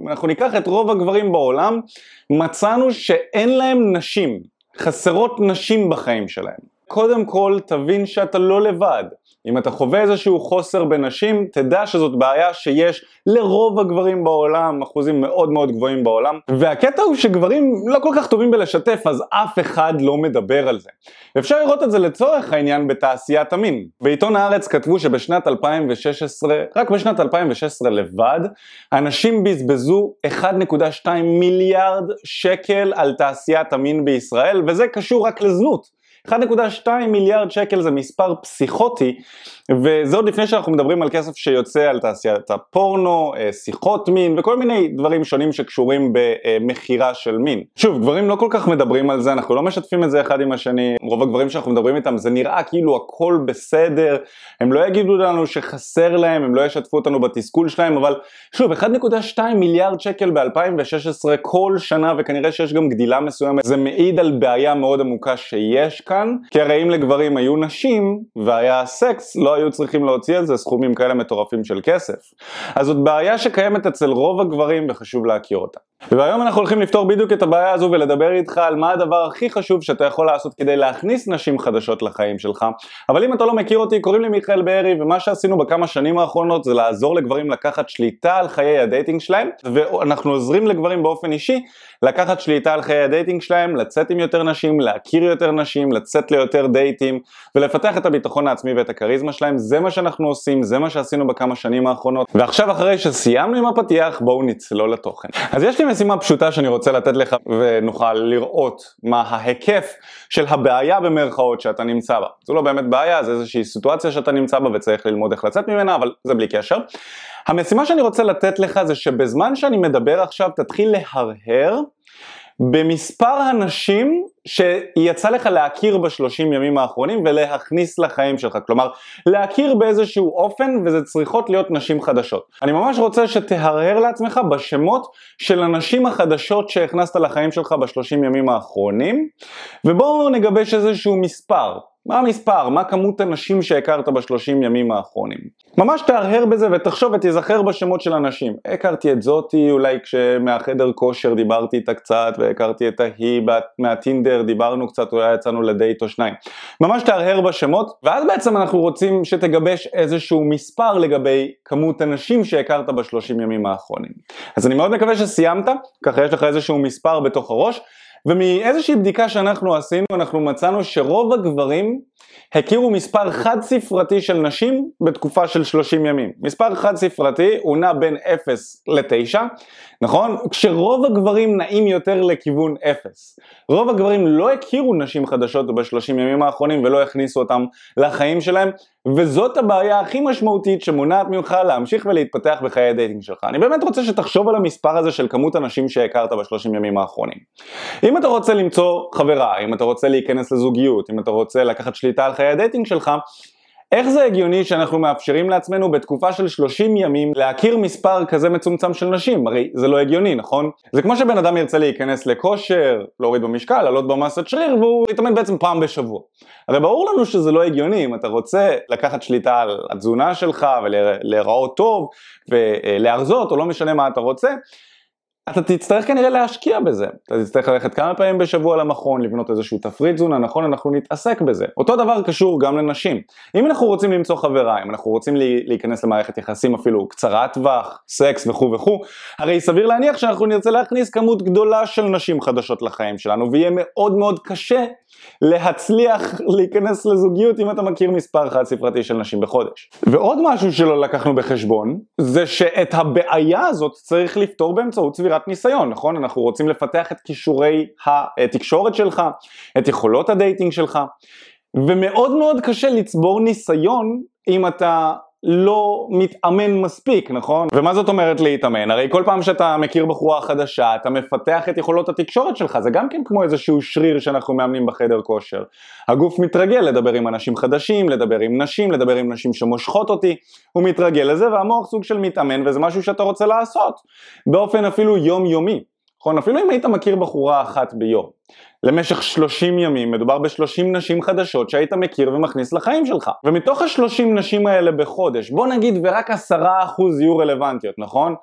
אם אנחנו ניקח את רוב הגברים בעולם, מצאנו שאין להם נשים, חסרות נשים בחיים שלהם. קודם כל תבין שאתה לא לבד. אם אתה חווה איזשהו חוסר בנשים, תדע שזאת בעיה שיש לרוב הגברים בעולם, אחוזים מאוד מאוד גבוהים בעולם. והקטע הוא שגברים לא כל כך טובים בלשתף, אז אף אחד לא מדבר על זה. אפשר לראות את זה לצורך העניין בתעשיית המין. בעיתון הארץ כתבו שבשנת 2016, רק בשנת 2016 לבד, אנשים בזבזו 1.2 מיליארד שקל על תעשיית המין בישראל, וזה קשור רק לזנות. 1.2 מיליארד שקל זה מספר פסיכוטי, וזה עוד לפני שאנחנו מדברים על כסף שיוצא על תעשיית הפורנו, שיחות מין וכל מיני דברים שונים שקשורים במחירה של מין. שוב, גברים לא כל כך מדברים על זה, אנחנו לא משתפים את זה אחד עם השני, רוב הגברים שאנחנו מדברים איתם זה נראה כאילו הכל בסדר, הם לא יגידו לנו שחסר להם, הם לא ישתפו אותנו בתסכול שלהם, אבל שוב, 1.2 מיליארד שקל ב-2016 כל שנה, וכנראה שיש גם גדילה מסוימת, זה מעיד על בעיה מאוד עמוקה שיש כאן, כי הרי אם לגברים היו נשים והיה סקס, לא היו צריכים להוציא על זה סכומים כאלה מטורפים של כסף. אז זאת בעיה שקיימת אצל רוב הגברים וחשוב להכיר אותה. והיום אנחנו הולכים לפתור בדיוק את הבעיה הזו ולדבר איתך על מה הדבר הכי חשוב שאתה יכול לעשות כדי להכניס נשים חדשות לחיים שלך. אבל אם אתה לא מכיר אותי, קוראים לי מיכאל בארי, ומה שעשינו בכמה שנים האחרונות זה לעזור לגברים לקחת שליטה על חיי הדייטינג שלהם, ואנחנו עוזרים לגברים באופן אישי לקחת שליטה על חיי הדייטינג שלהם, לצאת עם יותר נשים, להכיר יותר נשים, לצאת ליותר דייטים ולפתח את הביטחון העצמי ואת הכריזמה שלהם. זה מה שאנחנו עושים, זה מה שעשינו בכמה שנים האחרונות. ועכשיו אחרי שסיימנו עם הפתיח, בואו נצלול לתוכן. אז יש לי משימה פשוטה שאני רוצה לתת לך ונוכל לראות מה ההיקף של הבעיה במרכאות שאתה נמצא בה. זו לא באמת בעיה, זה איזושהי סיטואציה שאתה נמצא בה וצריך ללמוד איך לצאת ממנה, אבל זה בלי קשר. המשימה שאני רוצה לתת לך זה שבזמן שאני מדבר עכשיו תתחיל להרהר במספר הנשים שיצא לך להכיר ב30 ימים האחרונים ולהכניס לחיים שלך, כלומר להכיר באיזשהו אופן, וזה צריכות להיות נשים חדשות. אני ממש רוצה שתהרהר לעצמך בשמות של הנשים החדשות שהכנסת לחיים שלך ב30 ימים האחרונים, ובואו נגבש איזשהו מספר. מה המספר? מה כמות הנשים שהכרת ב30 ימים האחרונים? ממש תהרהר בזה ותחשוב ותזכר בשמות של הנשים. הכרתי את זאתי, אולי כשמהחדר כושר דיברתי איתה קצת, והכרתי את ההיא מהטינדר, דיברנו קצת, אולי יצאנו לדייט או שניים. ממש תהרהר בשמות, ואז בעצם אנחנו רוצים שתגבש איזשהו מספר לגבי כמות הנשים שהכרת ב30 ימים האחרונים. אז אני מאוד מקווה שסיימת, ככה יש לך איזשהו מספר בתוך הראש, ומאיזושהי בדיקה שאנחנו עשינו, אנחנו מצאנו שרוב הגברים הכירו מספר חד ספרתי של נשים בתקופה של 30 ימים. מספר חד ספרתי הוא נע בין 0 ל-9, נכון? כשרוב הגברים נעים יותר לכיוון 0. רוב הגברים לא הכירו נשים חדשות ב30 ימים האחרונים ולא הכניסו אותם לחיים שלהם, וזאת הבעיה הכי משמעותית שמונעת ממך להמשיך ולהתפתח בחיי הדייטינג שלך. אני באמת רוצה שתחשוב על המספר הזה של כמות הנשים שהכרת ב30 ימים האחרונים. אם אתה רוצה למצוא חברה, אם אתה רוצה להיכנס לזוגיות, אם אתה רוצה לקחת שליטה על חיי הדייטינג שלך, איך זה הגיוני שאנחנו מאפשרים לעצמנו בתקופה של 30 ימים להכיר מספר כזה מצומצם של נשים? הרי זה לא הגיוני, נכון? זה כמו שבן אדם ירצה להיכנס לכושר, להוריד במשקל, לעלות במסת שריר, והוא יתאמן בעצם פעם בשבוע. הרי ברור לנו שזה לא הגיוני. אם אתה רוצה לקחת שליטה על התזונה שלך ולהיראות טוב ולהרזות, או לא משנה מה אתה רוצה, אתה תצטרך כנראה להשקיע בזה. אתה תצטרך ללכת כמה פעמים בשבוע למכון, לבנות איזשהו תפריט תזונה, נכון? אנחנו נתעסק בזה. אותו דבר קשור גם לנשים. אם אנחנו רוצים למצוא חברה, אם אנחנו רוצים להיכנס למערכת יחסים אפילו קצרת טווח, סקס וכו', הרי סביר להניח שאנחנו נרצה להכניס כמות גדולה של נשים חדשות לחיים שלנו, ויהיה מאוד מאוד קשה להצליח להיכנס לזוגיות אם אתה מכיר מספר חד ספרתי של נשים בחודש. ועוד משהו שלא לקחנו בחשבון, זה שאת הבעיה הזאת צריך לפתור באמצעות צבירת ניסיון, נכון? אנחנו רוצים לפתח את כישורי התקשורת שלך, את יכולות הדייטינג שלך, ומאוד מאוד קשה לצבור ניסיון אם אתה לא מתאמן מספיק, נכון? ומה זאת אומרת להתאמן? הרי כל פעם שאתה מכיר בחורה חדשה, אתה מפתח את יכולות התקשורת שלך, זה גם כן כמו איזשהו שריר שאנחנו מאמנים בחדר כושר. הגוף מתרגל לדבר עם אנשים חדשים, לדבר עם נשים שמושכות אותי, הוא מתרגל לזה, והמוח סוג של מתאמן, וזה משהו שאתה רוצה לעשות באופן אפילו יומיומי. נכון? אפילו אם היית מכיר בחורה אחת ביום, למשך 30 ימים, מדובר ב-30 נשים חדשות שהיית מכיר ומכניס לחיים שלך. ומתוך ה-30 נשים האלה בחודש, בוא נגיד ורק 10% יהיו רלוונטיות, נכון?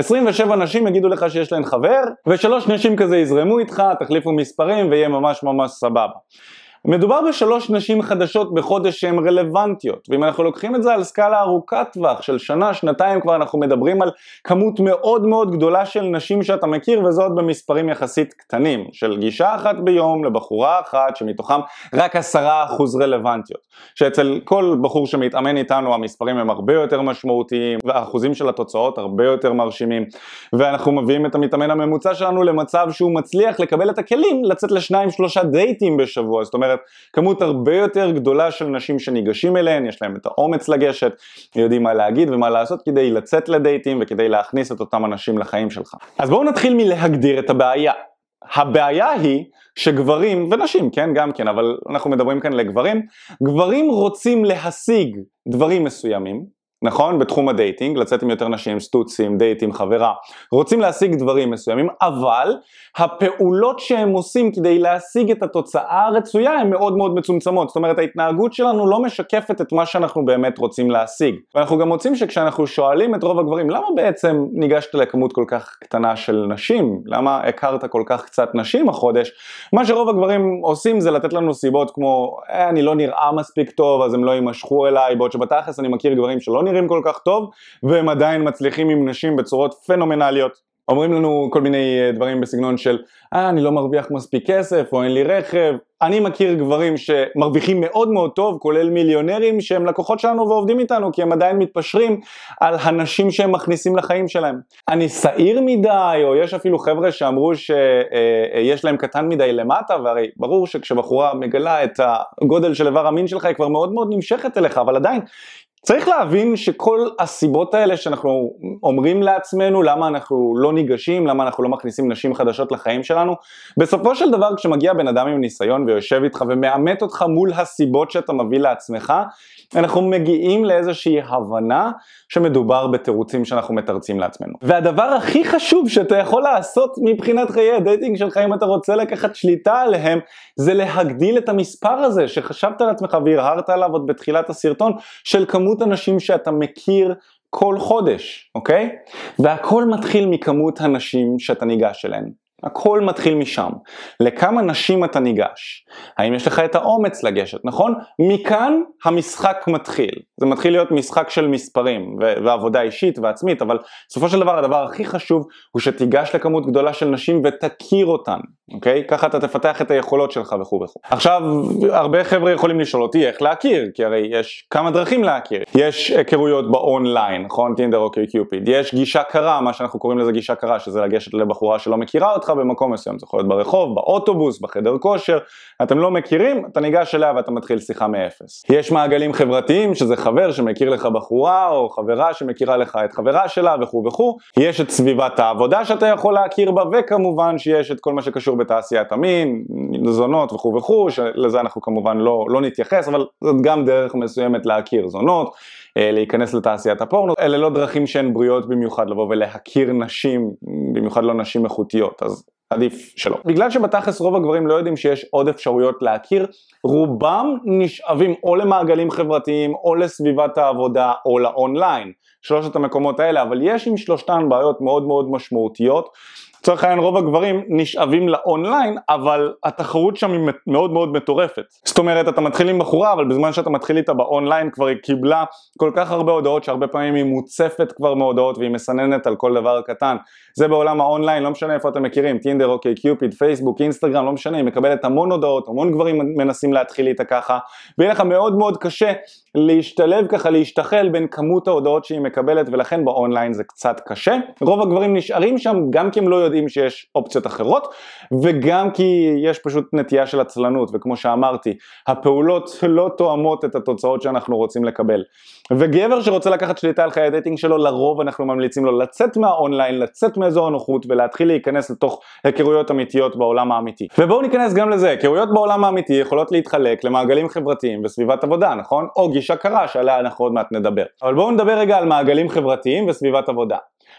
27 נשים יגידו לך שיש להן חבר, ו3 נשים כזה יזרמו איתך, תחליפו מספרים ויהיה ממש ממש סבבה. מדובר ב3 נשים חדשות בחודש שהן רלוונטיות, ואם אנחנו לוקחים את זה על סקאלה ארוכת טווח של שנה, שנתיים, כבר אנחנו מדברים על כמות מאוד מאוד גדולה של נשים שאתה מכיר, וזאת במספרים יחסית קטנים, של גישה אחת ביום לבחורה אחת, שמתוכם רק 10% רלוונטיות, שאצל כל בחור שמתאמן איתנו המספרים הם הרבה יותר משמעותיים, והאחוזים של התוצאות הרבה יותר מרשימים, ואנחנו מביאים את המתאמן הממוצע שלנו למצב שהוא מצליח לקבל את הכלים, לצאת ל2-3 דייטים בשבוע, זאת אומרת, כמות הרבה יותר גדולה של נשים שניגשים אליהן, יש להם את האומץ לגשת, יודעים מה להגיד ומה לעשות כדי לצאת לדייטים וכדי להכניס את אותם אנשים לחיים שלך. אז בואו נתחיל מלהגדיר את הבעיה. הבעיה היא שגברים ונשים, כן, גם כן, אבל אנחנו מדברים כאן לגברים, גברים רוצים להשיג דברים מסוימים, נכון? בתחום הדייטינג, לצאת עם יותר נשים, סטוצים, דייטים, חברה, רוצים להשיג דברים מסוימים, אבל הפעולות שהם עושים כדי להשיג את התוצאה הרצויה הן מאוד מאוד מצומצמות, זאת אומרת ההתנהגות שלנו לא משקפת את מה שאנחנו באמת רוצים להשיג. ואנחנו גם מוצאים שכשאנחנו שואלים את רוב הגברים, למה בעצם ניגשת לכמות כל כך קטנה של נשים? למה הכרת כל כך קצת נשים החודש? מה שרוב הגברים עושים זה לתת לנו סיבות כמו, אני לא נראה מספיק טוב אז הם לא יימשכו אליי, בעוד שבתכלס אני מכיר גברים שלא נראים כל כך טוב והם עדיין מצליחים עם נשים בצורות פנומנליות. אומרים לנו כל מיני דברים בסגנון של אני לא מרוויח מספיק כסף או אין לי רכב. אני מכיר גברים שמרוויחים מאוד מאוד טוב, כולל מיליונרים שהם לקוחות שלנו ועובדים איתנו, כי הם עדיין מתפשרים על הנשים שהם מכניסים לחיים שלהם. אני שעיר מדי, או יש אפילו חבר'ה שאמרו שיש להם קטן מדי למטה, והרי ברור שכשבחורה מגלה את הגודל של איבר המין שלך היא כבר מאוד מאוד נמשכת אליך, אבל עדיין צריך להבין שכל הסיבות האלה שאנחנו אומרים לעצמנו, למה אנחנו לא ניגשים, למה אנחנו לא מכניסים נשים חדשות לחיים שלנו, בסופו של דבר כשמגיע בן אדם עם ניסיון ויושב איתך ומאמת אותך מול הסיבות שאתה מביא לעצמך, אנחנו מגיעים לאיזושהי הבנה שמדובר בתירוצים שאנחנו מתרצים לעצמנו. והדבר הכי חשוב שאתה יכול לעשות מבחינת חיי הדייטינג שלך, אם אתה רוצה לקחת שליטה עליהם, זה להגדיל את המספר הזה שחשבת על עצמך והרהרת עליו עוד בתחילת הסרטון, של כמות אנשים שאתה מכיר כל חודש, אוקיי? והכל מתחיל מכמות הנשים שאתה ניגש אליהן. הכל מתחיל משם. לכמה נשים אתה ניגש? האם יש לך את האומץ לגשת, נכון? מכאן המשחק מתחיל. זה מתחיל להיות משחק של מספרים ועבודה אישית ועצמית, אבל בסופו של דבר הדבר הכי חשוב הוא שתיגש לכמות גדולה של נשים ותכיר אותן, אוקיי? ככה אתה תפתח את היכולות שלך וכו' וכו'. עכשיו, הרבה חבר'ה יכולים לשאול אותי איך להכיר, כי הרי יש כמה דרכים להכיר. יש היכרויות באונליין, נכון? טינדר או קיופיד. יש גישה קרה, מה שאנחנו קוראים לזה גישה קרה, שזה לגשת לבחורה שלא מכירה אותך במקום מסוים, זה יכול להיות ברחוב, באוטובוס, בחדר כושר, אתם לא מכירים, אתה ניגש אליה ואתה מתחיל שיחה מאפס. יש מעגלים חברתיים, שזה חבר שמכיר לך בחורה, או חברה שמכירה לך את חברה שלה וכו' וכו'. יש את סביבת העבודה שאתה יכול להכיר בה, וכמובן שיש את כל מה שקשור בתעשיית המין, זונות וכו' וכו', שלזה אנחנו כמובן לא נתייחס, אבל זאת גם דרך מסוימת להכיר זונות, להיכנס לתעשיית הפורנו. אלה לא דרכים שהן בריאות במיוחד לבוא ולהכיר נשים, במיוחד לא נשים איכותיות, אז עדיף שלא. בגלל שבתכלס רוב הגברים לא יודעים שיש עוד אפשרויות להכיר, רובם נשאבים או למעגלים חברתיים או לסביבת העבודה או לאונליין, שלושת המקומות האלה, אבל יש עם שלושתן בעיות מאוד מאוד משמעותיות. צריך העניין רוב הגברים נשאבים לאונליין, אבל התחרות שם היא מאוד מאוד מטורפת. זאת אומרת, אתה מתחיל עם בחורה, אבל בזמן שאתה מתחיל איתה באונליין כבר היא קיבלה כל כך הרבה הודעות, שהרבה פעמים היא מוצפת כבר מהודעות, והיא מסננת על כל דבר קטן. זה בעולם האונליין, לא משנה איפה אתם מכירים, טינדר, אוקיי, קיופיד, פייסבוק, אינסטגרם, לא משנה, היא מקבלת המון הודעות, המון גברים מנסים להתחיל איתה ככה, ויהיה לך מאוד מאוד קשה להשתלב ככה, להשתחל בין כמות ההודעות שהיא מקבלת, ולכן באונליין זה קצת קשה. רוב הגברים נשארים שם, גם כי הם לא יודעים שיש אופציות אחרות, וגם כי יש פשוט נטייה של עצלנות, וכמו שאמרתי, הפעולות לא תואמות את התוצאות שאנחנו רוצים לקבל. וגבר שרוצה לקחת שליטה על חיי הדייטינג שלו, לרוב אנחנו ממליצים לו לצאת מהאונליין, לצאת מאזור הנוחות, ולהתחיל להיכנס לתוך היכרויות אמיתיות בעולם האמיתי. ובואו ניכנס גם לזה, היכרויות בעולם האמיתי יכולות להתחלק למעגלים חברתיים וסביבת עבודה, נכון? או גישה קרה שעליה אנחנו עוד מעט נדבר. אבל בואו נדבר רגע על מעגלים חברתיים וסביבת עבודה.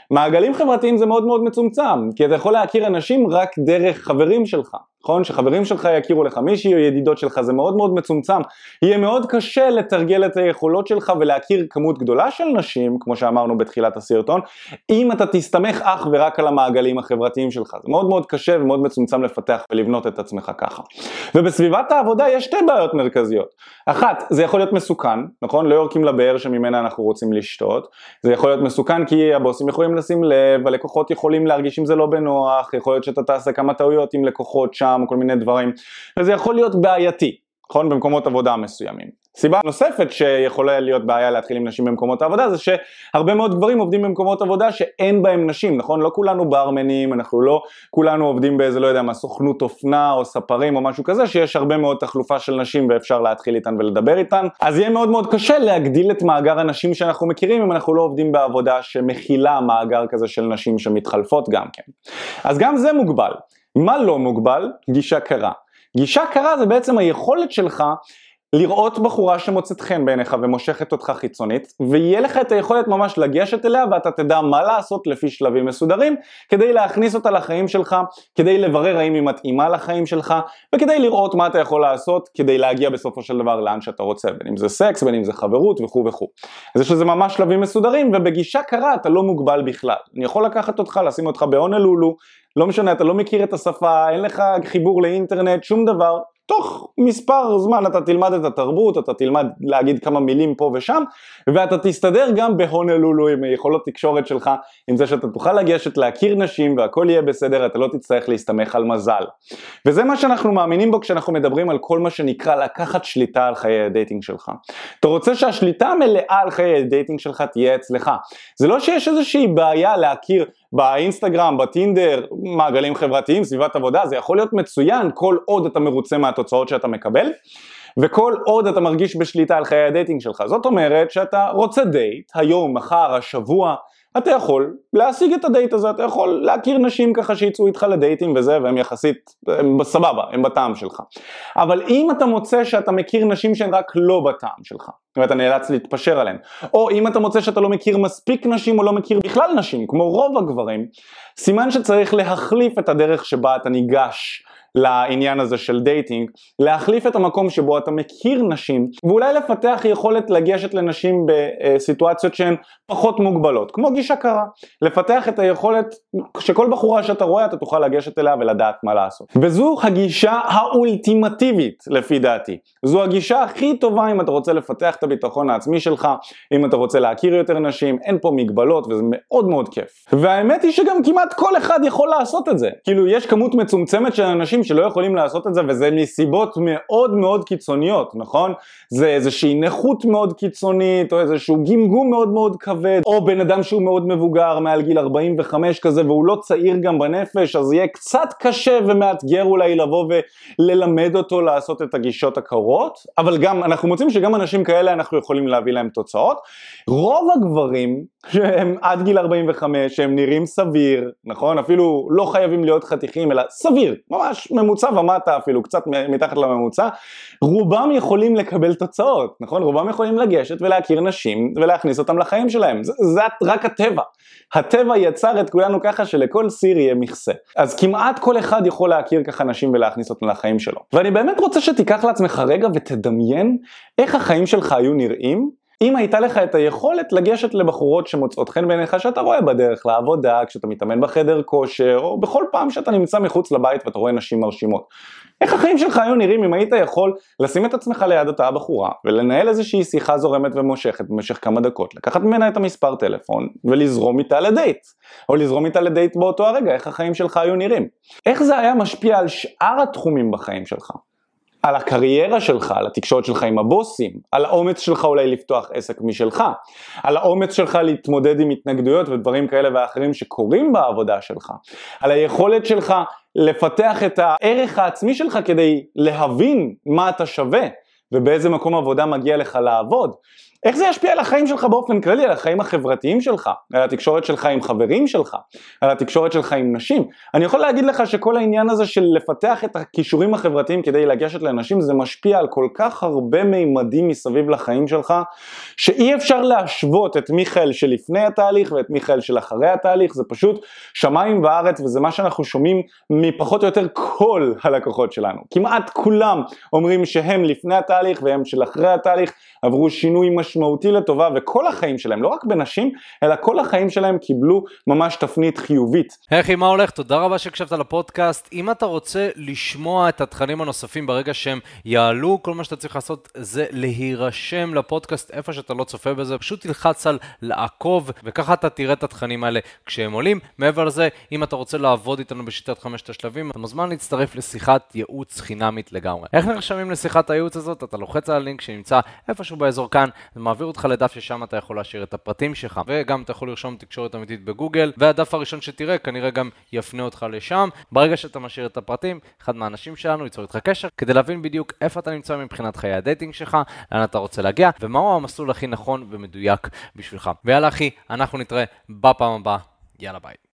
מעגלים חברתיים זה מאוד מאוד מצומצם, כי אתה יכול להכיר אנשים רק דרך חברים שלך, נכון? שחברים שלך יכירו לך מישהי או ידידות שלך, זה מאוד מאוד מצומצם. יהיה מאוד קשה לתרגל את היכולות שלך ולהכיר כמות גדולה של נשים, כמו שאמרנו בתחילת הסרטון, אם אתה תסתמך אך ורק על המעגלים החברתיים שלך. זה מאוד מאוד קשה ומאוד מצומצם לפתח ולבנות את עצמך ככה. ובסביבת העבודה יש שתי בעיות מרכזיות. אחת, זה יכול להיות מסוכן, נכון? לא יורקים לבאר שממנה אנחנו רוצים לשתות. זה יכול להיות מסוכן כי הבוסים יכולים לשים לב, הלקוחות יכולים להרגיש אם זה לא בנוח, יכול להיות שאתה תעשה כמה טעויות עם לקוחות שם, או כל מיני דברים, וזה יכול להיות בעייתי, נכון? במקומות עבודה מסוימים. סיבה נוספת שיכולה להיות בעיה להתחיל עם נשים במקומות העבודה, זה שהרבה מאוד גברים עובדים במקומות עבודה שאין בהם נשים, נכון? לא כולנו ברמנים, אנחנו לא כולנו עובדים באיזה, לא יודע מה, סוכנות אופנה או ספרים או משהו כזה, שיש הרבה מאוד תחלופה של נשים ואפשר להתחיל איתן ולדבר איתן, אז יהיה מאוד מאוד קשה להגדיל את מאגר הנשים שאנחנו מכירים, אם אנחנו לא עובדים בעבודה שמכילה מאגר כזה של נשים שמתחלפות גם כן. אז גם זה מוגבל. מה לא מוגבל? גישה קרה. גישה קרה זה בעצם היכולת שלך לראות בחורה שמוצאת חן בעיניך ומושכת אותך חיצונית, ויהיה לך את היכולת ממש לגשת אליה ואתה תדע מה לעשות לפי שלבים מסודרים, כדי להכניס אותה לחיים שלך, כדי לברר האם היא מתאימה לחיים שלך, וכדי לראות מה אתה יכול לעשות, כדי להגיע בסופו של דבר לאן שאתה רוצה, בין אם זה סקס, בין אם זה חברות וכו' וכו'. אז יש לזה ממש שלבים מסודרים, ובגישה קרה אתה לא מוגבל בכלל. אני יכול לקחת אותך, לשים אותך בהונולולו, לא משנה, אתה לא מכיר את השפה, אין לך חיבור לאינטרנט, שום דבר, תוך מספר זמן אתה תלמד את התרבות, אתה תלמד להגיד כמה מילים פה ושם, ואתה תסתדר גם בהונולולו עם היכולות תקשורת שלך, עם זה שאתה תוכל לגשת להכיר נשים והכל יהיה בסדר, אתה לא תצטרך להסתמך על מזל. וזה מה שאנחנו מאמינים בו כשאנחנו מדברים על כל מה שנקרא לקחת שליטה על חיי הדייטינג שלך. אתה רוצה שהשליטה המלאה על חיי הדייטינג שלך תהיה אצלך. זה לא שיש איזושהי בעיה להכיר באינסטגרם, בטינדר, מעגלים חברתיים, סביבת עבודה, זה יכול להיות מצוין כל עוד אתה מרוצה מהתוצאות שאתה מקבל, וכל עוד אתה מרגיש בשליטה על חיי הדייטינג שלך. זאת אומרת שאתה רוצה דייט, היום, מחר, השבוע, אתה יכול להשיג את הדייט הזה, אתה יכול להכיר נשים ככה שיצאו איתך לדייטים וזה, והם יחסית, הם בסבבה, הם בטעם שלך. אבל אם אתה מוצא שאתה מכיר נשים שהן רק לא בטעם שלך, ואתה נאלץ להתפשר עליהן, או אם אתה מוצא שאתה לא מכיר מספיק נשים או לא מכיר בכלל נשים, כמו רוב הגברים, סימן שצריך להחליף את הדרך שבה אתה ניגש לעניין הזה של דייטינג, להחליף את המקום שבו אתה מכיר נשים, ואולי לפתח יכולת לגשת לנשים בסיטואציות שהן פחות מוגבלות, כמו גישה קרה, לפתח את היכולת שכל בחורה שאתה רואה אתה תוכל לגשת אליה ולדעת מה לעשות. וזו הגישה האולטימטיבית לפי דעתי, זו הגישה הכי טובה אם אתה רוצה לפתח את הביטחון העצמי שלך, אם אתה רוצה להכיר יותר נשים, אין פה מגבלות וזה מאוד מאוד כיף. והאמת היא שגם כמעט כל אחד יכול לעשות את זה, כאילו יש כמות מצומצמת של אנשים שלא יכולים לעשות את זה, וזה מסיבות מאוד מאוד קיצוניות, נכון? זה איזושהי נכות מאוד קיצונית, או איזשהו גמגום מאוד מאוד כבד, או בן אדם שהוא מאוד מבוגר, מעל גיל 45 כזה, והוא לא צעיר גם בנפש, אז יהיה קצת קשה ומאתגר אולי לבוא וללמד אותו לעשות את הגישות הקרות, אבל גם, אנחנו מוצאים שגם אנשים כאלה אנחנו יכולים להביא להם תוצאות. רוב הגברים שהם עד גיל 45, שהם נראים סביר, נכון? אפילו לא חייבים להיות חתיכים, אלא סביר, ממש ממוצע ומטה אפילו, קצת מתחת לממוצע, רובם יכולים לקבל תוצאות, נכון? רובם יכולים לגשת ולהכיר נשים ולהכניס אותם לחיים שלהם, זה רק הטבע. הטבע יצר את כולנו ככה שלכל סיר יהיה מכסה. אז כמעט כל אחד יכול להכיר ככה נשים ולהכניס אותם לחיים שלו. ואני באמת רוצה שתיקח לעצמך רגע ותדמיין איך החיים שלך היו נראים, אם הייתה לך את היכולת לגשת לבחורות שמוצאות חן בעיניך שאתה רואה בדרך לעבודה, כשאתה מתאמן בחדר כושר, או בכל פעם שאתה נמצא מחוץ לבית ואתה רואה נשים מרשימות. איך החיים שלך היו נראים אם היית יכול לשים את עצמך ליד אותה הבחורה, ולנהל איזושהי שיחה זורמת ומושכת במשך כמה דקות, לקחת ממנה את המספר טלפון, ולזרום איתה לדייט, או לזרום איתה לדייט באותו הרגע, איך החיים שלך היו נראים. איך זה היה משפיע על שאר התחומים בחיים שלך? על הקריירה שלך, על התקשורת שלך עם הבוסים, על האומץ שלך אולי לפתוח עסק משלך, על האומץ שלך להתמודד עם התנגדויות ודברים כאלה ואחרים שקורים בעבודה שלך, על היכולת שלך לפתח את הערך העצמי שלך כדי להבין מה אתה שווה ובאיזה מקום עבודה מגיע לך לעבוד. איך זה ישפיע על החיים שלך באופן כללי, על החיים החברתיים שלך, על התקשורת שלך עם חברים שלך, על התקשורת שלך עם נשים? אני יכול להגיד לך שכל העניין הזה של לפתח את הכישורים החברתיים כדי לגשת לאנשים, זה משפיע על כל כך הרבה מימדים מסביב לחיים שלך, שאי אפשר להשוות את מיכאל שלפני התהליך ואת מיכאל של אחרי התהליך. זה פשוט שמיים וארץ, וזה מה שאנחנו שומעים מפחות או יותר כל הלקוחות שלנו. כמעט כולם אומרים שהם לפני התהליך והם של אחרי התהליך עברו שינוי משמעותי לטובה, וכל החיים שלהם, לא רק בנשים, אלא כל החיים שלהם קיבלו ממש תפנית חיובית. היי, מה הולך? תודה רבה שהקשבת לפודקאסט. אם אתה רוצה לשמוע את התכנים הנוספים ברגע שהם יעלו, כל מה שאתה צריך לעשות זה להירשם לפודקאסט איפה שאתה לא צופה בזה, פשוט תלחץ על לעקוב, וככה אתה תראה את התכנים האלה כשהם עולים. מעבר לזה, אם אתה רוצה לעבוד איתנו בשיטת 5 השלבים, אתה מוזמן להצטרף לשיחת ייעוץ חינמית לגמרי. איך נרשמים לשיחת הייעוץ הזאת? אתה לוחץ על הלינק שנמצא איפשהו באזור כאן, זה מעביר אותך לדף ששם אתה יכול להשאיר את הפרטים שלך, וגם אתה יכול לרשום תקשורת אמיתית בגוגל, והדף הראשון שתראה כנראה גם יפנה אותך לשם. ברגע שאתה משאיר את הפרטים, אחד מהאנשים שלנו ייצור איתך קשר, כדי להבין בדיוק איפה אתה נמצא מבחינת חיי הדייטינג שלך, לאן אתה רוצה להגיע, ומהו המסלול הכי נכון ומדויק בשבילך. ויאללה אחי, אנחנו נתראה בפעם הבאה. יאללה ביי.